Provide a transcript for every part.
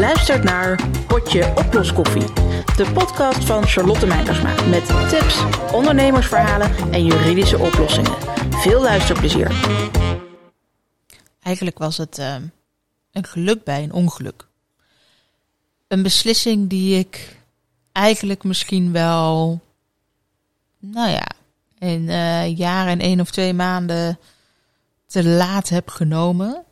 luistert naar Potje Oploskoffie, de podcast van Charlotte Meijersma met tips, ondernemersverhalen en juridische oplossingen. Veel luisterplezier. Eigenlijk was het een geluk bij een ongeluk. Een beslissing die ik eigenlijk misschien wel, in jaar en 1 of 2 maanden te laat heb genomen.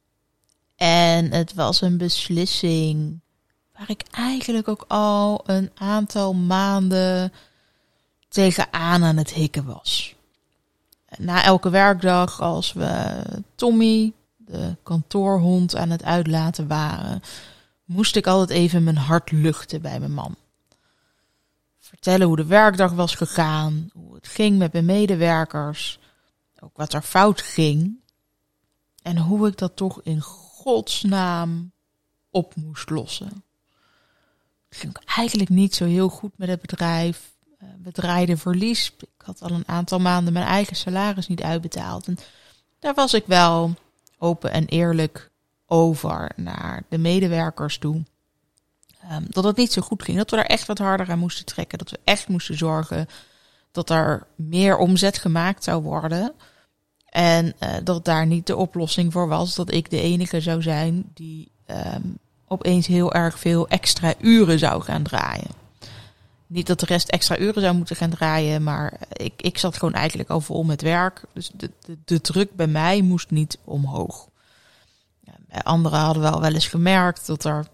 En het was een beslissing waar ik eigenlijk ook al een aantal maanden tegenaan aan het hikken was. Na elke werkdag, als we Tommy, de kantoorhond, aan het uitlaten waren, moest ik altijd even mijn hart luchten bij mijn man. Vertellen hoe de werkdag was gegaan, hoe het ging met mijn medewerkers, ook wat er fout ging. En hoe ik dat toch in godsnaam op moest lossen. Het ging eigenlijk niet zo heel goed met het bedrijf. We draaiden verlies. Ik had al een aantal maanden mijn eigen salaris niet uitbetaald. En daar was ik wel open en eerlijk over naar de medewerkers toe. Dat het niet zo goed ging. Dat we daar echt wat harder aan moesten trekken. Dat we echt moesten zorgen dat er meer omzet gemaakt zou worden. En dat daar niet de oplossing voor was dat ik de enige zou zijn die opeens heel erg veel extra uren zou gaan draaien. Niet dat de rest extra uren zou moeten gaan draaien, maar ik zat gewoon eigenlijk al vol met werk. Dus de druk bij mij moest niet omhoog. Bij anderen hadden we wel eens gemerkt dat er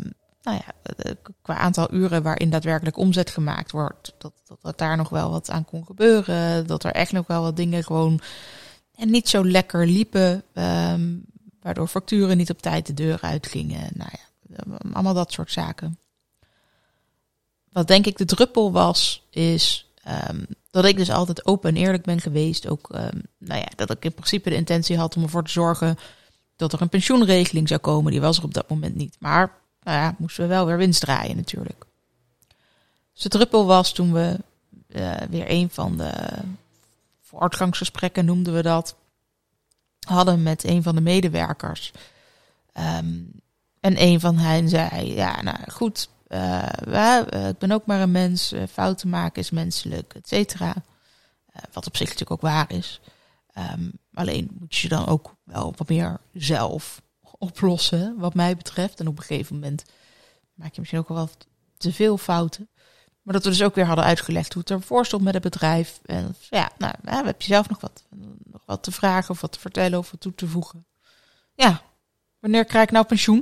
qua aantal uren waarin daadwerkelijk omzet gemaakt wordt, dat daar nog wel wat aan kon gebeuren. Dat er echt nog wel wat dingen gewoon niet zo lekker liepen, waardoor facturen niet op tijd de deur uitgingen. Allemaal dat soort zaken. Wat denk ik de druppel was, is dat ik dus altijd open en eerlijk ben geweest. Ook dat ik in principe de intentie had om ervoor te zorgen dat er een pensioenregeling zou komen. Die was er op dat moment niet. Maar moesten we wel weer winst draaien natuurlijk. Dus de druppel was toen we weer een van de voortgangsgesprekken, noemden we dat, hadden met een van de medewerkers. En een van hen zei, ik ben ook maar een mens, fouten maken is menselijk, et cetera. Wat op zich natuurlijk ook waar is. Alleen moet je dan ook wel wat meer zelf oplossen, wat mij betreft. En op een gegeven moment maak je misschien ook wel te veel fouten. Maar dat we dus ook weer hadden uitgelegd hoe het ervoor stond met het bedrijf. En heb je zelf nog wat te vragen of wat te vertellen of wat toe te voegen? Ja, wanneer krijg ik nou pensioen?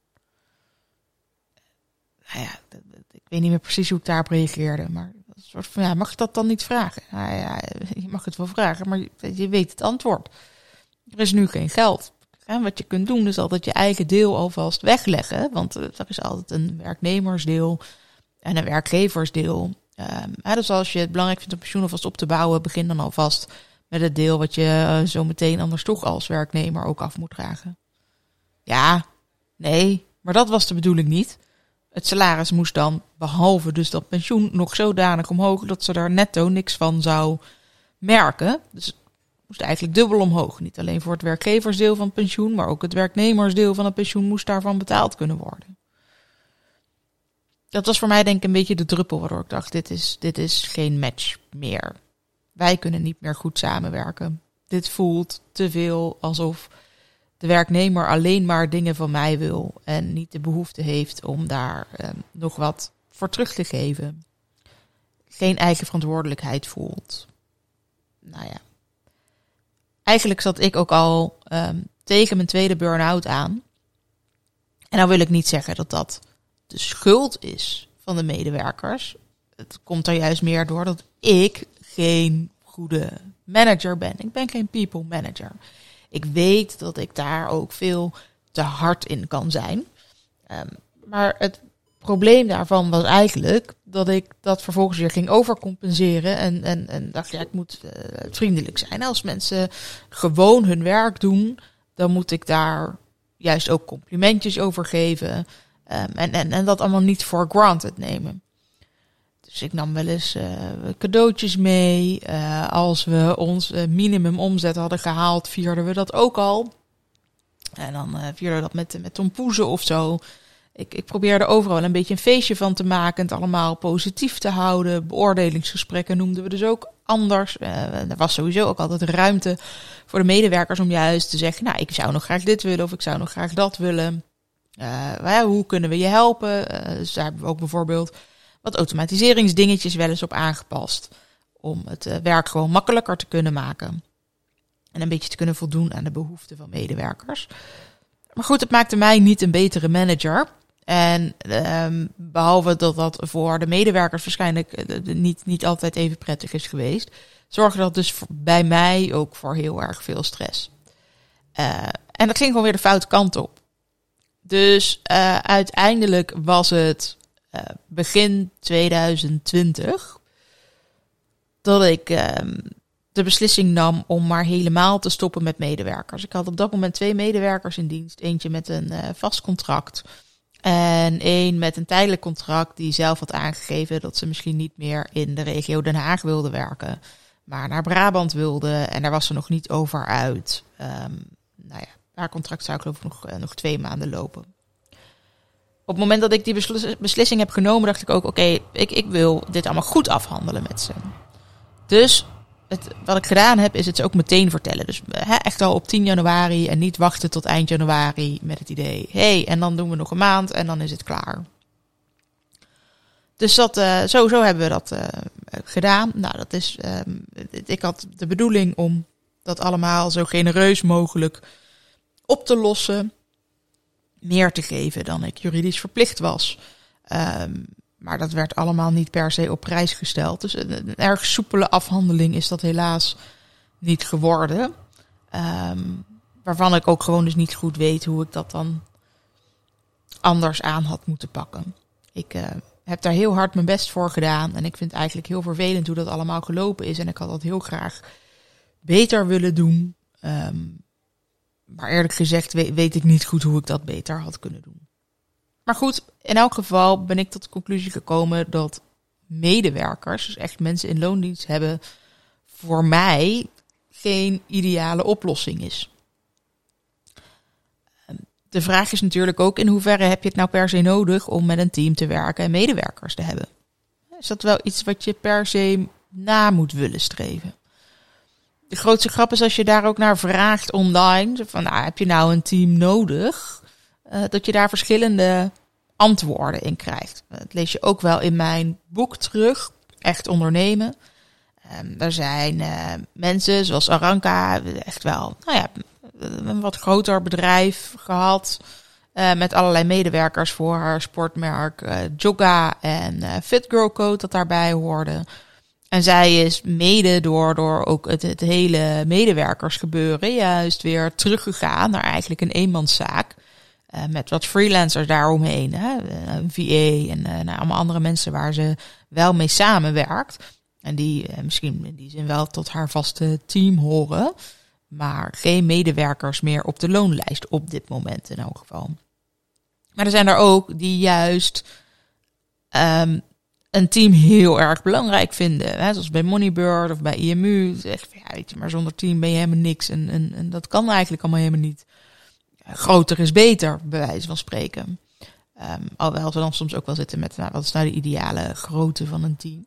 Ik weet niet meer precies hoe ik daarop reageerde. Maar een soort van, mag ik dat dan niet vragen? Je mag het wel vragen, maar je weet het antwoord. Er is nu geen geld. Wat je kunt doen is altijd je eigen deel alvast wegleggen. Want er is altijd een werknemersdeel en een werkgeversdeel. Dus als je het belangrijk vindt om pensioen alvast op te bouwen, begin dan alvast met het deel wat je zo meteen anders toch als werknemer ook af moet dragen. Ja, nee, maar dat was de bedoeling niet. Het salaris moest dan, behalve dus dat pensioen, nog zodanig omhoog dat ze daar netto niks van zou merken. Dus het moest eigenlijk dubbel omhoog. Niet alleen voor het werkgeversdeel van het pensioen, maar ook het werknemersdeel van het pensioen moest daarvan betaald kunnen worden. Dat was voor mij denk ik een beetje de druppel waardoor ik dacht, dit is geen match meer. Wij kunnen niet meer goed samenwerken. Dit voelt te veel alsof de werknemer alleen maar dingen van mij wil en niet de behoefte heeft om daar nog wat voor terug te geven. Geen eigen verantwoordelijkheid voelt. Eigenlijk zat ik ook al tegen mijn tweede burn-out aan. En nou wil ik niet zeggen dat dat de schuld is van de medewerkers. Het komt er juist meer door dat ik geen goede manager ben. Ik ben geen people manager. Ik weet dat ik daar ook veel te hard in kan zijn. Maar het probleem daarvan was eigenlijk dat ik dat vervolgens weer ging overcompenseren. En dacht, ik moet vriendelijk zijn. Als mensen gewoon hun werk doen, dan moet ik daar juist ook complimentjes over geven. En dat allemaal niet voor granted nemen. Dus ik nam wel eens cadeautjes mee. Als we ons minimum omzet hadden gehaald, vierden we dat ook al. En dan vierden we dat met tompoezen of zo. Ik probeerde overal een beetje een feestje van te maken. Het allemaal positief te houden. Beoordelingsgesprekken noemden we dus ook anders. Er was sowieso ook altijd ruimte voor de medewerkers om juist te zeggen, nou, ik zou nog graag dit willen of ik zou nog graag dat willen. Hoe kunnen we je helpen? Dus daar hebben we ook bijvoorbeeld wat automatiseringsdingetjes wel eens op aangepast. Om het werk gewoon makkelijker te kunnen maken. En een beetje te kunnen voldoen aan de behoeften van medewerkers. Maar goed, het maakte mij niet een betere manager. En behalve dat voor de medewerkers waarschijnlijk niet altijd even prettig is geweest, zorgde dat dus bij mij ook voor heel erg veel stress. En dat ging gewoon weer de foute kant op. Dus uiteindelijk was het begin 2020 dat ik de beslissing nam om maar helemaal te stoppen met medewerkers. Ik had op dat moment 2 medewerkers in dienst. Eentje met een vast contract en 1 met een tijdelijk contract die zelf had aangegeven dat ze misschien niet meer in de regio Den Haag wilde werken, maar naar Brabant wilde. En daar was ze nog niet over uit. Haar contract zou geloof ik nog 2 maanden lopen. Op het moment dat ik die beslissing heb genomen, dacht ik ook, oké, ik wil dit allemaal goed afhandelen met ze. Dus wat ik gedaan heb, is het ze ook meteen vertellen. Dus echt al op 10 januari en niet wachten tot eind januari met het idee, en dan doen we nog een maand en dan is het klaar. Dus zo hebben we dat gedaan. Nou, dat is, ik had de bedoeling om dat allemaal zo genereus mogelijk op te lossen. Meer te geven dan ik juridisch verplicht was. Maar dat werd allemaal niet per se op prijs gesteld. Dus een erg soepele afhandeling is dat helaas niet geworden. Waarvan ik ook gewoon dus niet goed weet hoe ik dat dan anders aan had moeten pakken. Ik heb daar heel hard mijn best voor gedaan. En ik vind het eigenlijk heel vervelend hoe dat allemaal gelopen is. En ik had dat heel graag beter willen doen. Maar eerlijk gezegd weet ik niet goed hoe ik dat beter had kunnen doen. Maar goed, in elk geval ben ik tot de conclusie gekomen dat medewerkers, dus echt mensen in loondienst hebben, voor mij geen ideale oplossing is. De vraag is natuurlijk ook, in hoeverre heb je het nou per se nodig om met een team te werken en medewerkers te hebben? Is dat wel iets wat je per se na moet willen streven? De grootste grap is als je daar ook naar vraagt online, van heb je nou een team nodig? Dat je daar verschillende antwoorden in krijgt. Dat lees je ook wel in mijn boek terug, Echt Ondernemen. Er zijn mensen zoals Aranka, echt wel een wat groter bedrijf gehad. Met allerlei medewerkers voor haar sportmerk Jogga en Fit Girl Code dat daarbij hoorde. En zij is mede door ook het hele medewerkersgebeuren juist weer teruggegaan naar eigenlijk een eenmanszaak. Met wat freelancers daaromheen. Een VA en allemaal andere mensen waar ze wel mee samenwerkt. En die misschien in die zin wel tot haar vaste team horen. Maar geen medewerkers meer op de loonlijst op dit moment in elk geval. Maar er zijn er ook die juist een team heel erg belangrijk vinden. Zoals bij Moneybird of bij IMU. Zeg, weet je, maar zonder team ben je helemaal niks. En dat kan eigenlijk allemaal helemaal niet. Groter is beter, bij wijze van spreken. Alhoewel we dan soms ook wel zitten met, wat is nou de ideale grootte van een team?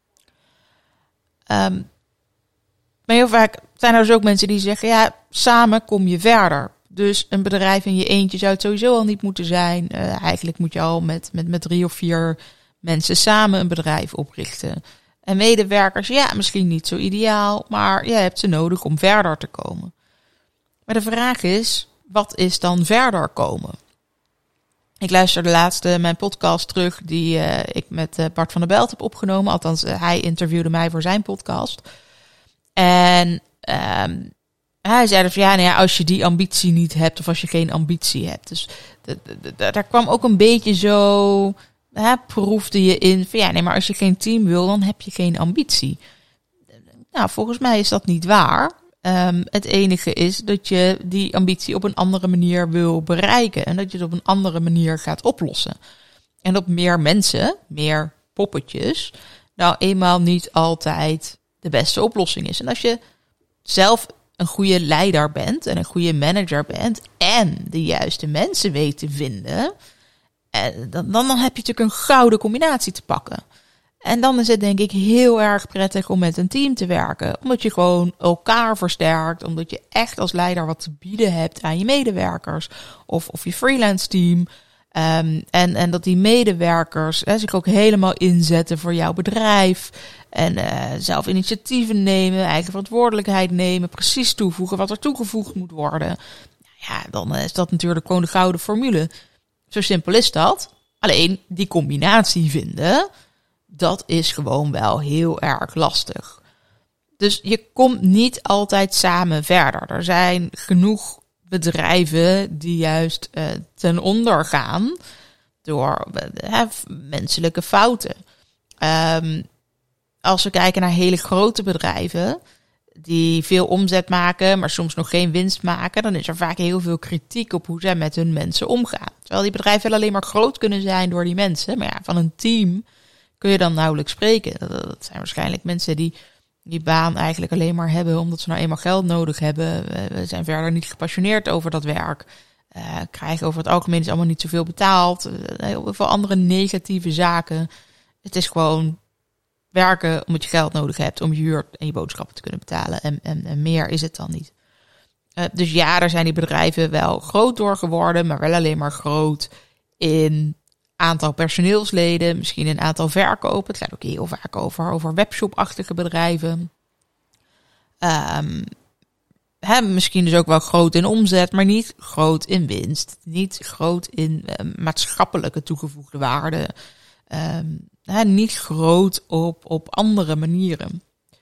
Maar heel vaak zijn er dus ook mensen die zeggen, samen kom je verder. Dus een bedrijf in je eentje zou het sowieso al niet moeten zijn. Eigenlijk moet je al met 3 of 4 mensen samen een bedrijf oprichten. En medewerkers, misschien niet zo ideaal, maar je hebt ze nodig om verder te komen. Maar de vraag is, wat is dan verder komen? Ik luisterde laatst mijn podcast terug die ik met Bart van der Belt heb opgenomen. Althans, hij interviewde mij voor zijn podcast. En hij zei van als je die ambitie niet hebt of als je geen ambitie hebt. Dus daar kwam ook een beetje zo, proefde je in van maar als je geen team wil, dan heb je geen ambitie. Nou, volgens mij is dat niet waar. Het enige is dat je die ambitie op een andere manier wil bereiken. En dat je het op een andere manier gaat oplossen. En dat meer mensen, meer poppetjes, nou eenmaal niet altijd de beste oplossing is. En als je zelf een goede leider bent en een goede manager bent en de juiste mensen weet te vinden dan heb je natuurlijk een gouden combinatie te pakken. En dan is het denk ik heel erg prettig om met een team te werken. Omdat je gewoon elkaar versterkt. Omdat je echt als leider wat te bieden hebt aan je medewerkers. Of je freelance team. En dat die medewerkers zich ook helemaal inzetten voor jouw bedrijf. En zelf initiatieven nemen, eigen verantwoordelijkheid nemen. Precies toevoegen wat er toegevoegd moet worden. Ja, dan is dat natuurlijk gewoon de gouden formule. Zo simpel is dat. Alleen die combinatie vinden, dat is gewoon wel heel erg lastig. Dus je komt niet altijd samen verder. Er zijn genoeg bedrijven die juist ten onder gaan door menselijke fouten. Als we kijken naar hele grote bedrijven die veel omzet maken, maar soms nog geen winst maken, dan is er vaak heel veel kritiek op hoe zij met hun mensen omgaan. Terwijl die bedrijven wel alleen maar groot kunnen zijn door die mensen. Maar ja, van een team kun je dan nauwelijks spreken. Dat zijn waarschijnlijk mensen die baan eigenlijk alleen maar hebben omdat ze nou eenmaal geld nodig hebben. We zijn verder niet gepassioneerd over dat werk. Krijgen over het algemeen is allemaal niet zoveel betaald. Heel veel andere negatieve zaken. Het is gewoon werken omdat je geld nodig hebt om je huur en je boodschappen te kunnen betalen. En meer is het dan niet. Dus ja, daar zijn die bedrijven wel groot door geworden, maar wel alleen maar groot in aantal personeelsleden, misschien een aantal verkopen. Het gaat ook heel vaak over webshop-achtige bedrijven. Misschien dus ook wel groot in omzet, maar niet groot in winst. Niet groot in maatschappelijke toegevoegde waarde. Niet groot op andere manieren.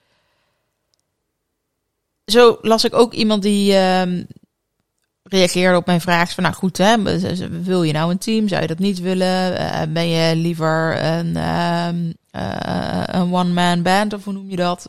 Zo las ik ook iemand die reageerde op mijn vraag van, nou goed, wil je nou een team? Zou je dat niet willen? Ben je liever een one-man band, of hoe noem je dat?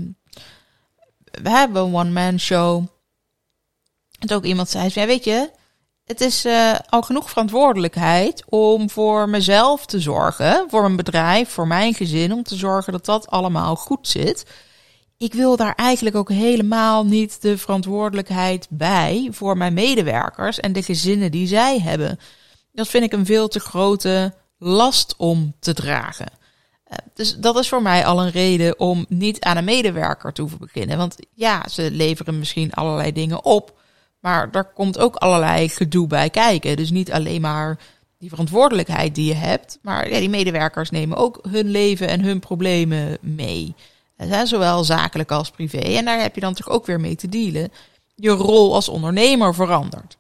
We hebben een one-man show. En ook iemand zei, ja, weet je, het is al genoeg verantwoordelijkheid om voor mezelf te zorgen, voor mijn bedrijf, voor mijn gezin, om te zorgen dat dat allemaal goed zit. Ik wil daar eigenlijk ook helemaal niet de verantwoordelijkheid bij voor mijn medewerkers en de gezinnen die zij hebben. Dat vind ik een veel te grote last om te dragen. Dus dat is voor mij al een reden om niet aan een medewerker te hoeven beginnen. Want ja, ze leveren misschien allerlei dingen op, maar er komt ook allerlei gedoe bij kijken. Dus niet alleen maar die verantwoordelijkheid die je hebt, maar ja, die medewerkers nemen ook hun leven en hun problemen mee. Zowel zakelijk als privé. En daar heb je dan toch ook weer mee te dealen. Je rol als ondernemer verandert.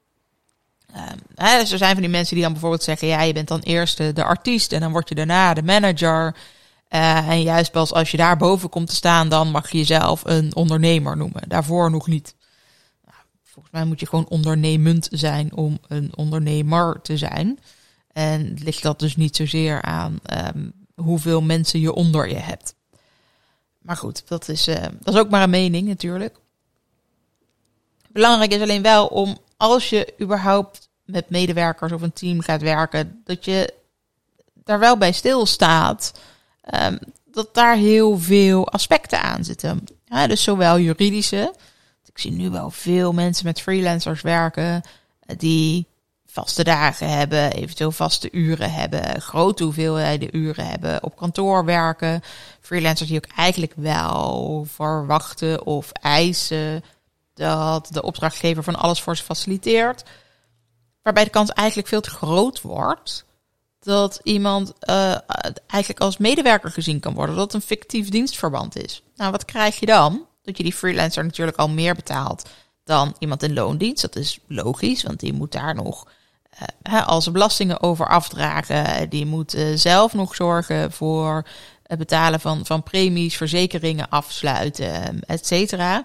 Dus er zijn van die mensen die dan bijvoorbeeld zeggen, ja, je bent dan eerst de artiest en dan word je daarna de manager. En juist pas als je daar boven komt te staan, dan mag je jezelf een ondernemer noemen. Daarvoor nog niet. Volgens mij moet je gewoon ondernemend zijn om een ondernemer te zijn. En ligt dat dus niet zozeer aan hoeveel mensen je onder je hebt. Maar goed, dat is ook maar een mening natuurlijk. Belangrijk is alleen wel om, als je überhaupt met medewerkers of een team gaat werken, dat je daar wel bij stilstaat. Dat daar heel veel aspecten aan zitten. Ja, dus zowel juridische. Ik zie nu wel veel mensen met freelancers werken die vaste dagen hebben, eventueel vaste uren hebben, grote hoeveelheden uren hebben, op kantoor werken. Freelancers die ook eigenlijk wel verwachten of eisen dat de opdrachtgever van alles voor ze faciliteert. Waarbij de kans eigenlijk veel te groot wordt dat iemand eigenlijk als medewerker gezien kan worden, dat het een fictief dienstverband is. Nou, wat krijg je dan? Dat je die freelancer natuurlijk al meer betaalt dan iemand in loondienst. Dat is logisch, want die moet daar nog al zijn belastingen over afdragen. Die moet zelf nog zorgen voor het betalen van premies, verzekeringen afsluiten, et cetera.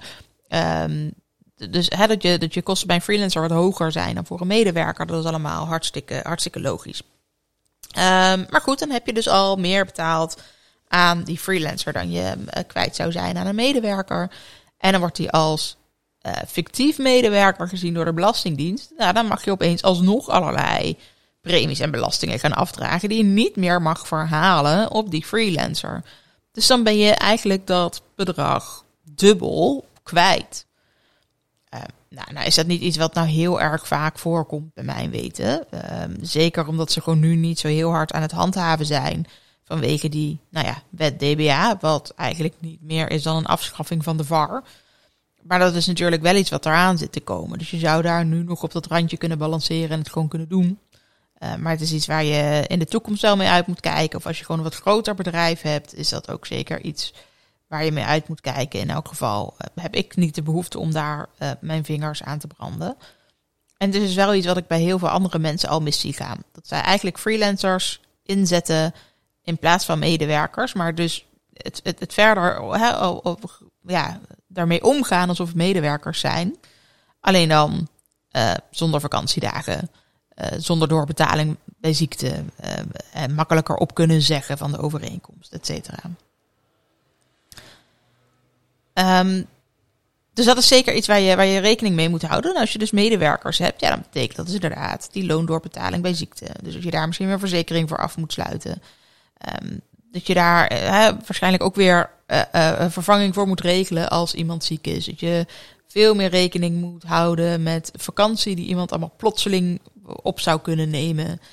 Dus dat je kosten bij een freelancer wat hoger zijn dan voor een medewerker, dat is allemaal hartstikke logisch. Maar goed, dan heb je dus al meer betaald aan die freelancer dan je kwijt zou zijn aan een medewerker. En dan wordt die als fictief medewerker gezien door de Belastingdienst. Nou, dan mag je opeens alsnog allerlei premies en belastingen gaan afdragen die je niet meer mag verhalen op die freelancer. Dus dan ben je eigenlijk dat bedrag dubbel kwijt. Nou is dat niet iets wat nou heel erg vaak voorkomt bij mijn weten. Zeker omdat ze gewoon nu niet zo heel hard aan het handhaven zijn vanwege die, wet DBA, wat eigenlijk niet meer is dan een afschaffing van de VAR. Maar dat is natuurlijk wel iets wat eraan zit te komen. Dus je zou daar nu nog op dat randje kunnen balanceren en het gewoon kunnen doen. Maar het is iets waar je in de toekomst wel mee uit moet kijken. Of als je gewoon een wat groter bedrijf hebt, is dat ook zeker iets waar je mee uit moet kijken. In elk geval heb ik niet de behoefte om daar mijn vingers aan te branden. En het is dus wel iets wat ik bij heel veel andere mensen al mis zie gaan. Dat zij eigenlijk freelancers inzetten in plaats van medewerkers. Maar dus het verder daarmee omgaan alsof het medewerkers zijn. Alleen dan zonder vakantiedagen. Zonder doorbetaling bij ziekte. En makkelijker op kunnen zeggen van de overeenkomst, et cetera. Dus dat is zeker iets waar je rekening mee moet houden. En als je dus medewerkers hebt, dan betekent dat dus inderdaad die loondoorbetaling bij ziekte. Dus dat je daar misschien weer een verzekering voor af moet sluiten. Dat je daar waarschijnlijk ook weer een vervanging voor moet regelen als iemand ziek is. Dat je veel meer rekening moet houden met vakantie die iemand allemaal plotseling op zou kunnen nemen.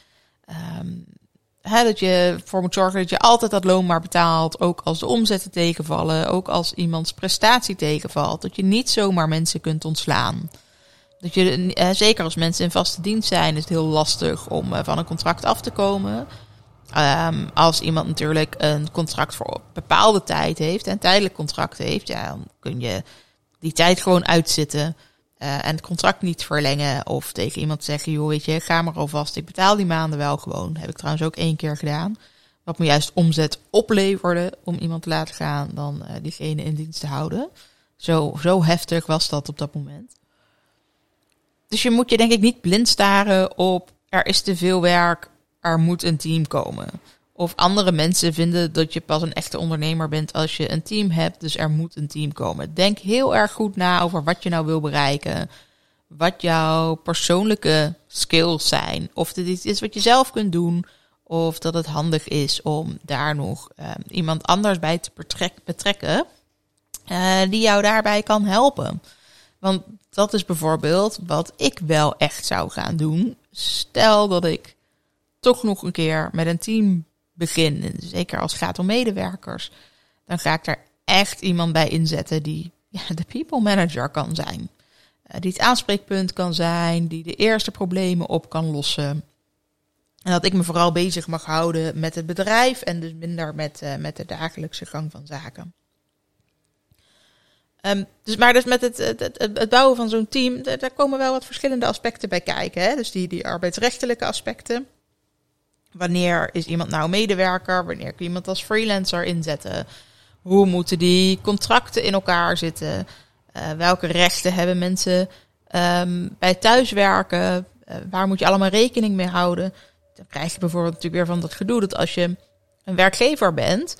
Dat je ervoor moet zorgen dat je altijd dat loon maar betaalt. Ook als de omzetten tegenvallen. Ook als iemands prestatie tegenvalt. Dat je niet zomaar mensen kunt ontslaan. Dat je, zeker als mensen in vaste dienst zijn, is het heel lastig om van een contract af te komen. Als iemand natuurlijk een contract voor bepaalde tijd heeft, een tijdelijk contract heeft, dan kun je die tijd gewoon uitzitten en het contract niet verlengen. Of tegen iemand zeggen, joh, weet je, ga maar alvast, ik betaal die maanden wel gewoon. Dat heb ik trouwens ook 1 keer gedaan. Wat me juist omzet opleverde om iemand te laten gaan dan diegene in dienst te houden. Zo heftig was dat op dat moment. Dus je moet je denk ik niet blind staren op, er is te veel werk, er moet een team komen. Of andere mensen vinden dat je pas een echte ondernemer bent als je een team hebt, dus er moet een team komen. Denk heel erg goed na over wat je nou wil bereiken. Wat jouw persoonlijke skills zijn. Of het iets is wat je zelf kunt doen. Of dat het handig is om daar nog iemand anders bij te betrekken. Die jou daarbij kan helpen. Want dat is bijvoorbeeld wat ik wel echt zou gaan doen. Stel dat ik toch nog een keer met een team begin. En zeker als het gaat om medewerkers. Dan ga ik daar echt iemand bij inzetten die de people manager kan zijn. Die het aanspreekpunt kan zijn. Die de eerste problemen op kan lossen. En dat ik me vooral bezig mag houden met het bedrijf. En dus minder met de dagelijkse gang van zaken. Dus met het bouwen van zo'n team, daar komen wel wat verschillende aspecten bij kijken. Hè? Dus die arbeidsrechtelijke aspecten. Wanneer is iemand nou medewerker? Wanneer kun je iemand als freelancer inzetten? Hoe moeten die contracten in elkaar zitten? Welke rechten hebben mensen bij thuiswerken? Waar moet je allemaal rekening mee houden? Dan krijg je bijvoorbeeld natuurlijk weer van dat gedoe dat als je een werkgever bent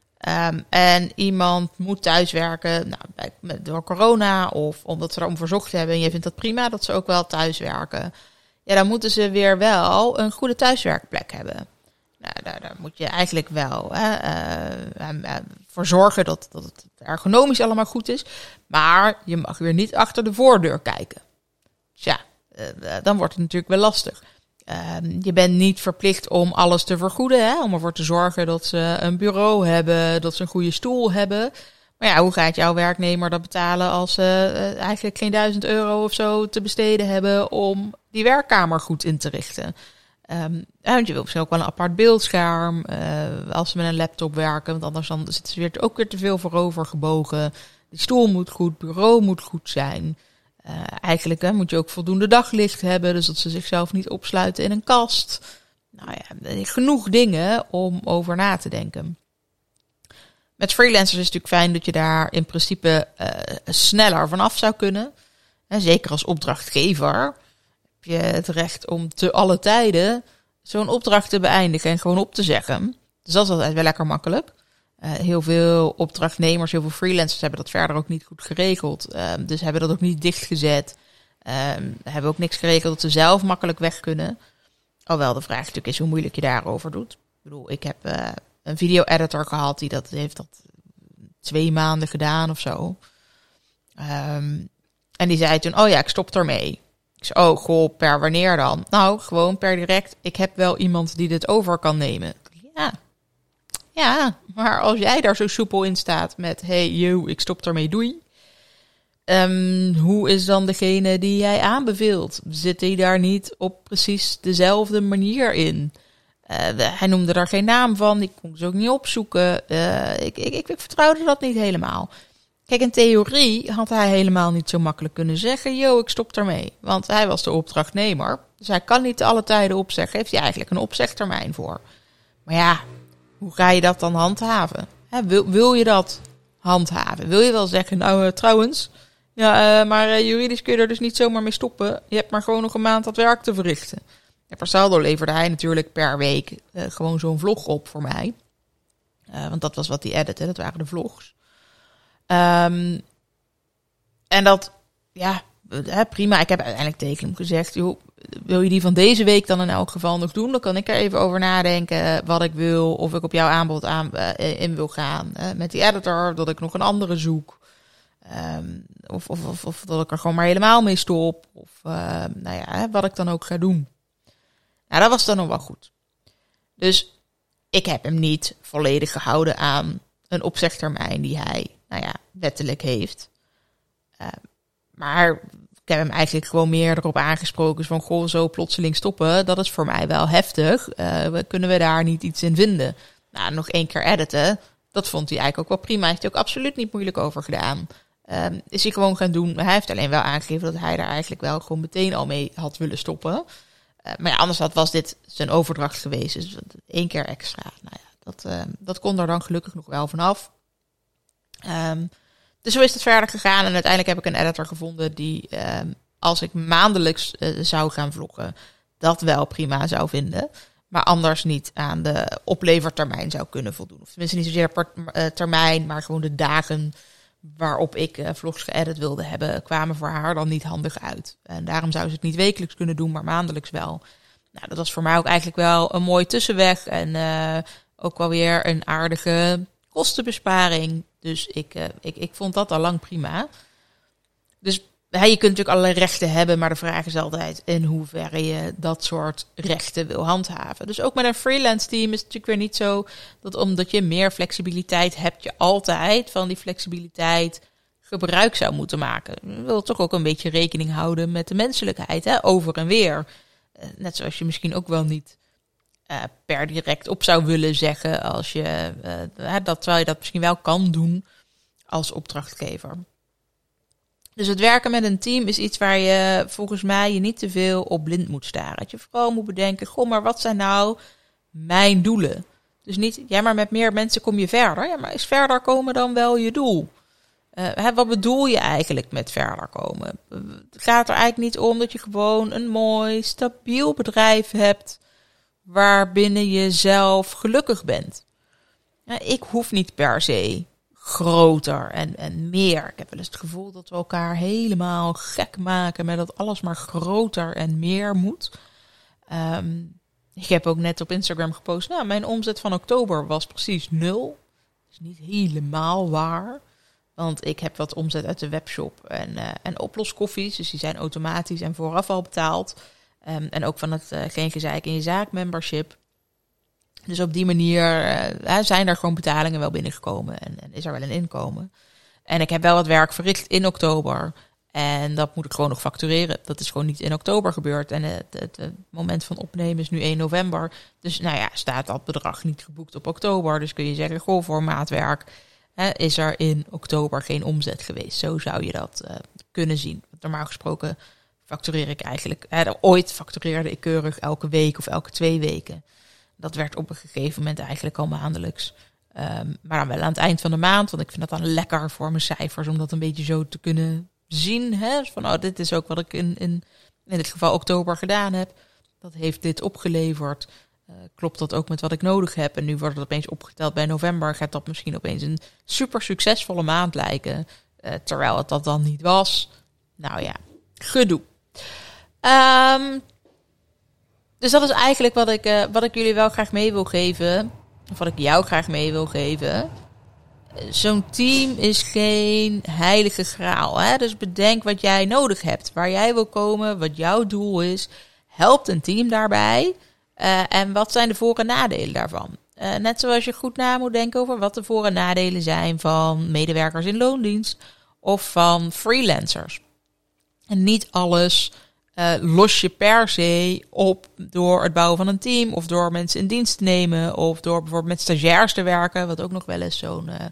en iemand moet thuiswerken door corona of omdat ze erom verzocht hebben en je vindt dat prima dat ze ook wel thuiswerken. Ja, dan moeten ze weer wel een goede thuiswerkplek hebben. Nou, daar moet je eigenlijk wel voor zorgen dat het ergonomisch allemaal goed is. Maar je mag weer niet achter de voordeur kijken. Tja, dan wordt het natuurlijk wel lastig. Je bent niet verplicht om alles te vergoeden. Hè? Om ervoor te zorgen dat ze een bureau hebben, dat ze een goede stoel hebben. Maar ja, hoe gaat jouw werknemer dat betalen als ze eigenlijk geen €1000 of zo te besteden hebben om die werkkamer goed in te richten? Want je wil misschien ook wel een apart beeldscherm als ze met een laptop werken. Want anders dan zitten ze ook weer te veel voorover gebogen. Die stoel moet goed, bureau moet goed zijn. Eigenlijk moet je ook voldoende daglicht hebben, dus dat ze zichzelf niet opsluiten in een kast. Nou ja, genoeg dingen om over na te denken. Met freelancers is het natuurlijk fijn dat je daar in principe sneller vanaf zou kunnen. En zeker als opdrachtgever heb je het recht om te alle tijden zo'n opdracht te beëindigen en gewoon op te zeggen. Dus dat is altijd wel lekker makkelijk. Heel veel opdrachtnemers, heel veel freelancers hebben dat verder ook niet goed geregeld. Dus hebben dat ook niet dichtgezet. Hebben ook niks geregeld dat ze zelf makkelijk weg kunnen. Alhoewel de vraag natuurlijk is hoe moeilijk je daarover doet. Ik bedoel, ik heb een video-editor gehad die heeft dat 2 maanden gedaan of zo. En die zei toen, oh ja, ik stop ermee. Ik zei, oh goh, per wanneer dan? Nou, gewoon per direct. Ik heb wel iemand die dit over kan nemen. Ja, maar als jij daar zo soepel in staat met, hey, ik stop ermee, doei. Hoe is dan degene die jij aanbeveelt? Zit hij daar niet op precies dezelfde manier in? Hij noemde daar geen naam van. Ik kon ze ook niet opzoeken. Ik vertrouwde dat niet helemaal. Kijk, in theorie had hij helemaal niet zo makkelijk kunnen zeggen, ik stop ermee. Want hij was de opdrachtnemer. Dus hij kan niet te alle tijden opzeggen. Heeft hij eigenlijk een opzegtermijn voor. Maar ja, hoe ga je dat dan handhaven? Wil je dat handhaven? Wil je wel zeggen, nou trouwens, maar juridisch kun je er dus niet zomaar mee stoppen. Je hebt maar gewoon nog een maand dat werk te verrichten. En per saldo leverde hij natuurlijk per week gewoon zo'n vlog op voor mij. Want dat was wat hij editte, dat waren de vlogs. En dat, prima. Ik heb uiteindelijk tegen hem gezegd, wil je die van deze week dan in elk geval nog doen? Dan kan ik er even over nadenken wat ik wil. Of ik op jouw aanbod in wil gaan met die editor. Dat ik nog een andere zoek. Of dat ik er gewoon maar helemaal mee stop. Of wat ik dan ook ga doen. Nou, dat was dan nog wel goed. Dus ik heb hem niet volledig gehouden aan een opzegtermijn die hij, wettelijk heeft. Maar ik heb hem eigenlijk gewoon meer erop aangesproken. Van, goh, zo plotseling stoppen, dat is voor mij wel heftig. Kunnen we daar niet iets in vinden? Nou, nog 1 keer editen, dat vond hij eigenlijk ook wel prima. Hij heeft hij ook absoluut niet moeilijk over gedaan. Is hij gewoon gaan doen. Hij heeft alleen wel aangegeven dat hij daar eigenlijk wel gewoon meteen al mee had willen stoppen. Maar ja, anders was dit zijn overdracht geweest. Dus 1 keer extra. Nou ja, dat kon er dan gelukkig nog wel vanaf. Dus zo is het verder gegaan. En uiteindelijk heb ik een editor gevonden die, als ik maandelijks zou gaan vloggen, dat wel prima zou vinden. Maar anders niet aan de oplevertermijn zou kunnen voldoen. Of tenminste niet zozeer per termijn, maar gewoon de dagen waarop ik vlogs geëdit wilde hebben, kwamen voor haar dan niet handig uit. En daarom zou ze het niet wekelijks kunnen doen, maar maandelijks wel. Nou, dat was voor mij ook eigenlijk wel een mooie tussenweg. En ook wel weer een aardige kostenbesparing. Dus ik vond dat al lang prima. Dus je kunt natuurlijk allerlei rechten hebben, maar de vraag is altijd in hoeverre je dat soort rechten wil handhaven. Dus ook met een freelance team is het natuurlijk weer niet zo dat omdat je meer flexibiliteit hebt, je altijd van die flexibiliteit gebruik zou moeten maken. Je wil toch ook een beetje rekening houden met de menselijkheid, over en weer. Net zoals je misschien ook wel niet per direct op zou willen zeggen als je terwijl je dat misschien wel kan doen als opdrachtgever. Dus het werken met een team is iets waar je volgens mij je niet te veel op blind moet staren. Dat je vooral moet bedenken, goh, maar wat zijn nou mijn doelen? Dus niet, maar met meer mensen kom je verder. Ja, maar is verder komen dan wel je doel? Wat bedoel je eigenlijk met verder komen? Het gaat er eigenlijk niet om dat je gewoon een mooi, stabiel bedrijf hebt waarbinnen je zelf gelukkig bent. Ik hoef niet per se groter en meer. Ik heb wel eens het gevoel dat we elkaar helemaal gek maken met dat alles maar groter en meer moet. Ik heb ook net op Instagram gepost, mijn omzet van oktober was precies 0. Dat is niet helemaal waar. Want ik heb wat omzet uit de webshop en oploskoffies. Dus die zijn automatisch en vooraf al betaald. En ook van het Geen Gezeik in je Zaak membership. Dus op die manier zijn er gewoon betalingen wel binnengekomen en is er wel een inkomen. En ik heb wel wat werk verricht in oktober. En dat moet ik gewoon nog factureren. Dat is gewoon niet in oktober gebeurd. En het moment van opnemen is nu 1 november. Dus staat dat bedrag niet geboekt op oktober. Dus kun je zeggen, goh, voor maatwerk is er in oktober geen omzet geweest. Zo zou je dat kunnen zien. Normaal gesproken factureer ik eigenlijk. Ooit factureerde ik keurig elke week of elke 2 weken. Dat werd op een gegeven moment eigenlijk al maandelijks. Maar dan wel aan het eind van de maand. Want ik vind dat dan lekker voor mijn cijfers. Om dat een beetje zo te kunnen zien. Van dit is ook wat ik in dit geval oktober gedaan heb. Dat heeft dit opgeleverd. Klopt dat ook met wat ik nodig heb? En nu wordt het opeens opgeteld bij november. Gaat dat misschien opeens een super succesvolle maand lijken. Terwijl het dat dan niet was. Nou ja, gedoe. Dus dat is eigenlijk wat ik jullie wel graag mee wil geven. Of wat ik jou graag mee wil geven. zo'n team is geen heilige graal. Hè? Dus bedenk wat jij nodig hebt, waar jij wil komen, wat jouw doel is. Helpt een team daarbij? En wat zijn de voor- en nadelen daarvan? Net zoals je goed na moet denken over wat de voor- en nadelen zijn van medewerkers in loondienst of van freelancers. En niet alles los je per se op door het bouwen van een team of door mensen in dienst te nemen of door bijvoorbeeld met stagiairs te werken, wat ook nog wel eens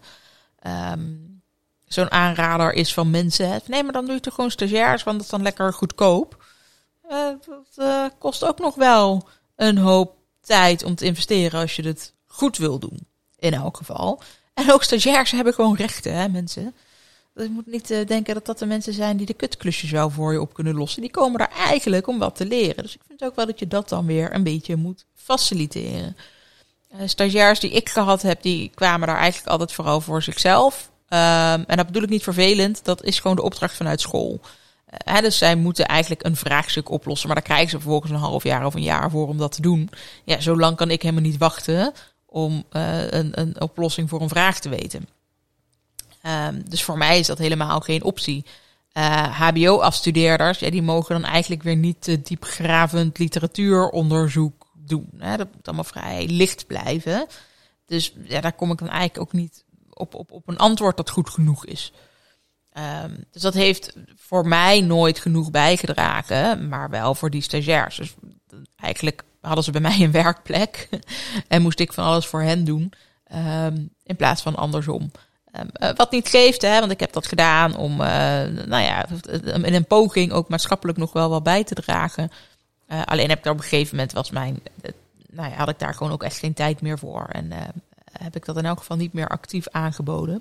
zo'n aanrader is van mensen. Nee, maar dan doe je toch gewoon stagiairs, want dat is dan lekker goedkoop. Dat kost ook nog wel een hoop tijd om te investeren als je het goed wil doen, in elk geval. En ook stagiairs hebben gewoon rechten, hè, mensen. Dus je moet niet denken dat dat de mensen zijn die de kutklusjes jou voor je op kunnen lossen. Die komen daar eigenlijk om wat te leren. Dus ik vind ook wel dat je dat dan weer een beetje moet faciliteren. Stagiairs die ik gehad heb, die kwamen daar eigenlijk altijd vooral voor zichzelf. En dat bedoel ik niet vervelend. Dat is gewoon de opdracht vanuit school. Dus zij moeten eigenlijk een vraagstuk oplossen. Maar daar krijgen ze vervolgens een half jaar of een jaar voor om dat te doen. Ja, zo lang kan ik helemaal niet wachten om een oplossing voor een vraag te weten. Dus voor mij is dat helemaal geen optie. HBO-afstudeerders, die mogen dan eigenlijk weer niet diepgravend literatuuronderzoek doen. Dat moet allemaal vrij licht blijven. Dus ja, daar kom ik dan eigenlijk ook niet op een antwoord dat goed genoeg is. Dus dat heeft voor mij nooit genoeg bijgedragen, maar wel voor die stagiairs. Dus eigenlijk hadden ze bij mij een werkplek en moest ik van alles voor hen doen, in plaats van andersom. Wat niet geeft, want ik heb dat gedaan om in een poging ook maatschappelijk nog wel wat bij te dragen. Alleen heb ik daar op een gegeven moment had ik daar gewoon ook echt geen tijd meer voor. En heb ik dat in elk geval niet meer actief aangeboden.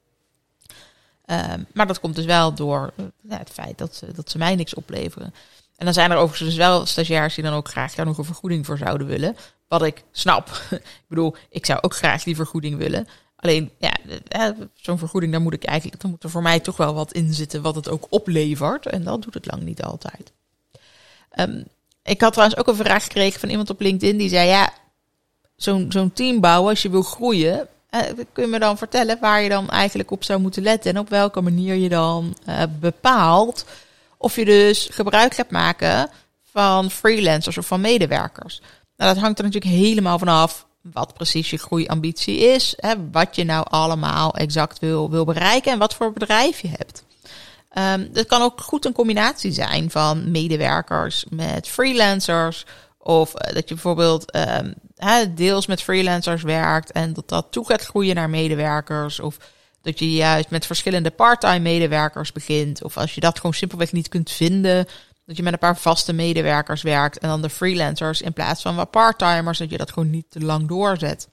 Maar dat komt dus wel door het feit dat ze mij niks opleveren. En dan zijn er overigens dus wel stagiairs die dan ook graag daar nog een vergoeding voor zouden willen. Wat ik snap. Ik bedoel, ik zou ook graag die vergoeding willen. Alleen, zo'n vergoeding, dan moet er voor mij toch wel wat in zitten wat het ook oplevert. En dat doet het lang niet altijd. Ik had trouwens ook een vraag gekregen van iemand op LinkedIn die zei, zo'n team bouwen als je wil groeien, kun je me dan vertellen waar je dan eigenlijk op zou moeten letten en op welke manier je dan bepaalt of je dus gebruik gaat maken van freelancers of van medewerkers. Nou, dat hangt er natuurlijk helemaal vanaf wat precies je groeiambitie is, wat je nou allemaal exact wil bereiken en wat voor bedrijf je hebt. Het kan ook goed een combinatie zijn van medewerkers met freelancers, of dat je bijvoorbeeld deels met freelancers werkt en dat toe gaat groeien naar medewerkers, of dat je juist met verschillende part-time medewerkers begint, of als je dat gewoon simpelweg niet kunt vinden, dat je met een paar vaste medewerkers werkt en dan de freelancers in plaats van wat part-timers, dat je dat gewoon niet te lang doorzet.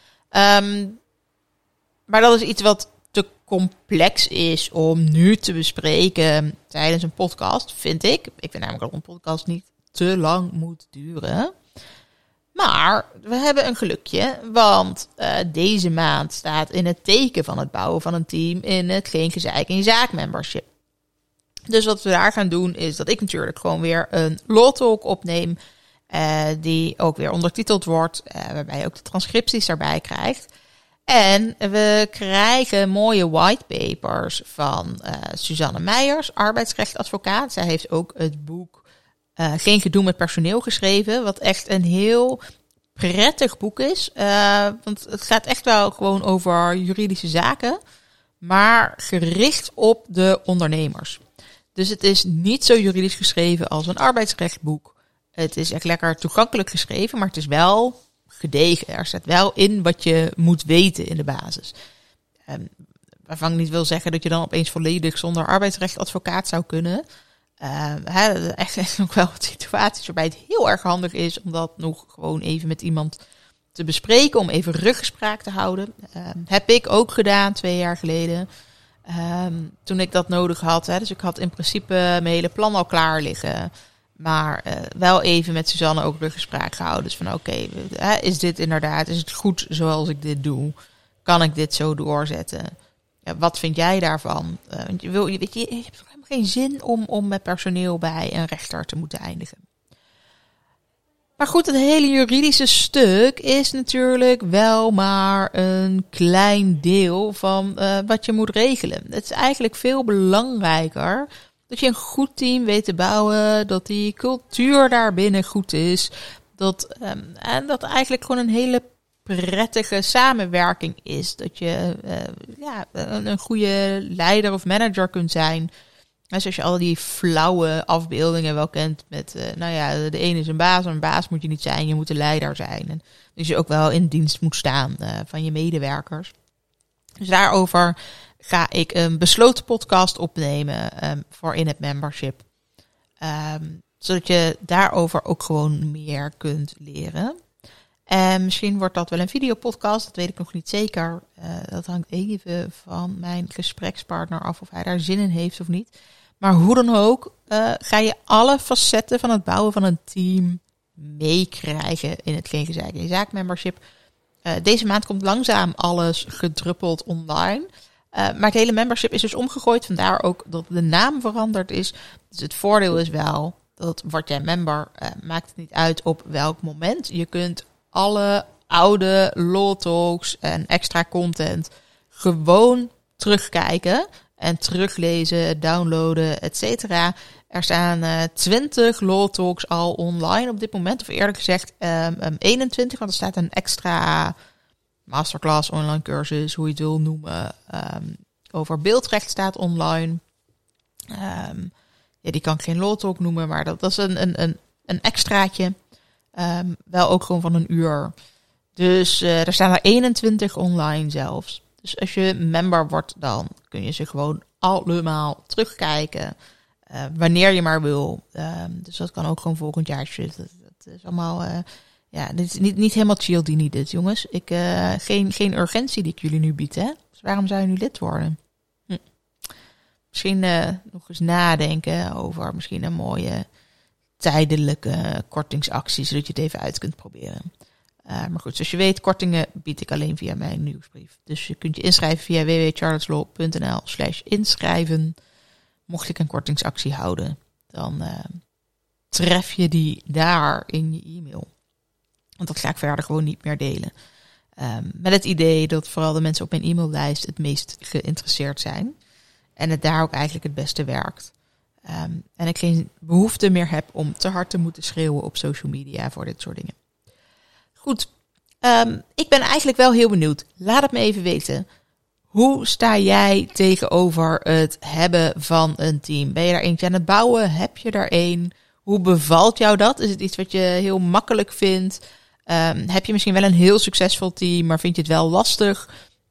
Maar dat is iets wat te complex is om nu te bespreken tijdens een podcast, vind ik. Ik vind namelijk dat een podcast niet te lang moet duren. Maar we hebben een gelukje, want deze maand staat in het teken van het bouwen van een team in het Geen Gezeik in je Zaak membership. Dus wat we daar gaan doen is dat ik natuurlijk gewoon weer een Law Talk opneem, die ook weer ondertiteld wordt, waarbij je ook de transcripties daarbij krijgt. En we krijgen mooie whitepapers van Suzanne Meijers, arbeidsrechtadvocaat. Zij heeft ook het boek Geen Gedoe met Personeel geschreven, wat echt een heel prettig boek is. Want het gaat echt wel gewoon over juridische zaken, maar gericht op de ondernemers. Dus het is niet zo juridisch geschreven als een arbeidsrechtboek. Het is echt lekker toegankelijk geschreven, maar het is wel gedegen. Er staat wel in wat je moet weten in de basis. Waarvan ik niet wil zeggen dat je dan opeens volledig zonder arbeidsrechtadvocaat zou kunnen. Echt nog wel wat situaties waarbij het heel erg handig is om dat nog gewoon even met iemand te bespreken. Om even ruggespraak te houden. Heb ik ook gedaan 2 jaar geleden. Toen ik dat nodig had. Dus ik had in principe mijn hele plan al klaar liggen. Maar wel even met Suzanne ook ruggespraak gehouden. Dus van oké, is dit inderdaad, is het goed zoals ik dit doe? Kan ik dit zo doorzetten? Ja, wat vind jij daarvan? Want je hebt toch helemaal geen zin om met personeel bij een rechter te moeten eindigen. Maar goed, het hele juridische stuk is natuurlijk wel maar een klein deel van wat je moet regelen. Het is eigenlijk veel belangrijker dat je een goed team weet te bouwen, dat die cultuur daarbinnen goed is, en dat eigenlijk gewoon een hele prettige samenwerking is. Dat je een goede leider of manager kunt zijn. En zoals je al die flauwe afbeeldingen wel kent met, de ene is een baas, maar een baas moet je niet zijn, je moet de leider zijn. En dus je ook wel in dienst moet staan van je medewerkers. Dus daarover ga ik een besloten podcast opnemen voor in het membership. Zodat je daarover ook gewoon meer kunt leren. En misschien wordt dat wel een videopodcast, dat weet ik nog niet zeker. Dat hangt even van mijn gesprekspartner af of hij daar zin in heeft of niet. Maar hoe dan ook, ga je alle facetten van het bouwen van een team meekrijgen in het Geen Gezeik in Zaak-membership. Deze maand komt langzaam alles gedruppeld online. Maar het hele membership is dus omgegooid, vandaar ook dat de naam veranderd is. Dus het voordeel is wel, dat word jij member, maakt het niet uit op welk moment. Je kunt alle oude Law Talks en extra content gewoon terugkijken en teruglezen, downloaden, et cetera. Er staan 20 Law Talks al online op dit moment. Of eerlijk gezegd 21, want er staat een extra masterclass, online cursus, hoe je het wil noemen. Over beeldrecht staat online. Die kan ik geen Law Talk noemen, maar dat is een extraatje. Wel ook gewoon van een uur. Dus er staan er 21 online zelfs. Dus als je member wordt, dan kun je ze gewoon allemaal terugkijken. Wanneer je maar wil. Dus dat kan ook gewoon volgend jaar. Dat is allemaal... dit is niet helemaal Cialdini dit, jongens. Geen urgentie die ik jullie nu bied, hè. Dus waarom zou je nu lid worden? Misschien nog eens nadenken over misschien een mooie tijdelijke kortingsactie, zodat je het even uit kunt proberen. Maar goed, zoals je weet, kortingen bied ik alleen via mijn nieuwsbrief. Dus je kunt je inschrijven via www.charlotteslaw.nl/inschrijven. Mocht ik een kortingsactie houden, dan tref je die daar in je e-mail. Want dat ga ik verder gewoon niet meer delen. Met het idee dat vooral de mensen op mijn e-maillijst het meest geïnteresseerd zijn. En het daar ook eigenlijk het beste werkt. En ik geen behoefte meer heb om te hard te moeten schreeuwen op social media voor dit soort dingen. Goed, ik ben eigenlijk wel heel benieuwd. Laat het me even weten. Hoe sta jij tegenover het hebben van een team? Ben je daar eentje aan het bouwen? Heb je er een? Hoe bevalt jou dat? Is het iets wat je heel makkelijk vindt? Heb je misschien wel een heel succesvol team, maar vind je het wel lastig?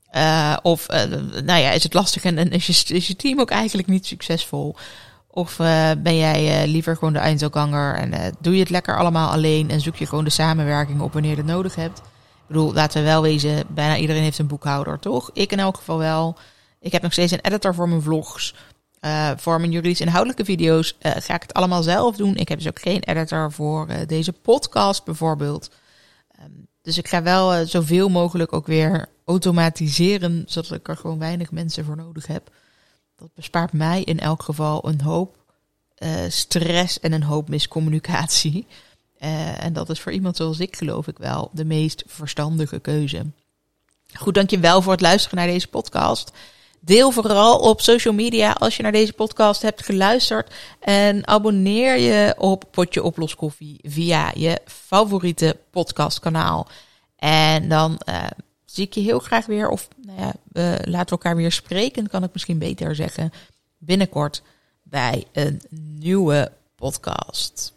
Is het lastig en is je team ook eigenlijk niet succesvol? Of ben jij liever gewoon de Einzelganger en doe je het lekker allemaal alleen en zoek je gewoon de samenwerking op wanneer je het nodig hebt? Ik bedoel, laten we wel wezen, bijna iedereen heeft een boekhouder, toch? Ik in elk geval wel. Ik heb nog steeds een editor voor mijn vlogs. Voor mijn juridisch inhoudelijke video's ga ik het allemaal zelf doen. Ik heb dus ook geen editor voor deze podcast bijvoorbeeld. Dus ik ga wel zoveel mogelijk ook weer automatiseren, zodat ik er gewoon weinig mensen voor nodig heb. Dat bespaart mij in elk geval een hoop stress en een hoop miscommunicatie. En dat is voor iemand zoals ik, geloof ik wel, de meest verstandige keuze. Goed, dankjewel voor het luisteren naar deze podcast. Deel vooral op social media als je naar deze podcast hebt geluisterd. En abonneer je op Potje Oploskoffie via je favoriete podcastkanaal. En dan zie ik je heel graag weer, of laten we elkaar weer spreken, kan ik misschien beter zeggen, binnenkort bij een nieuwe podcast.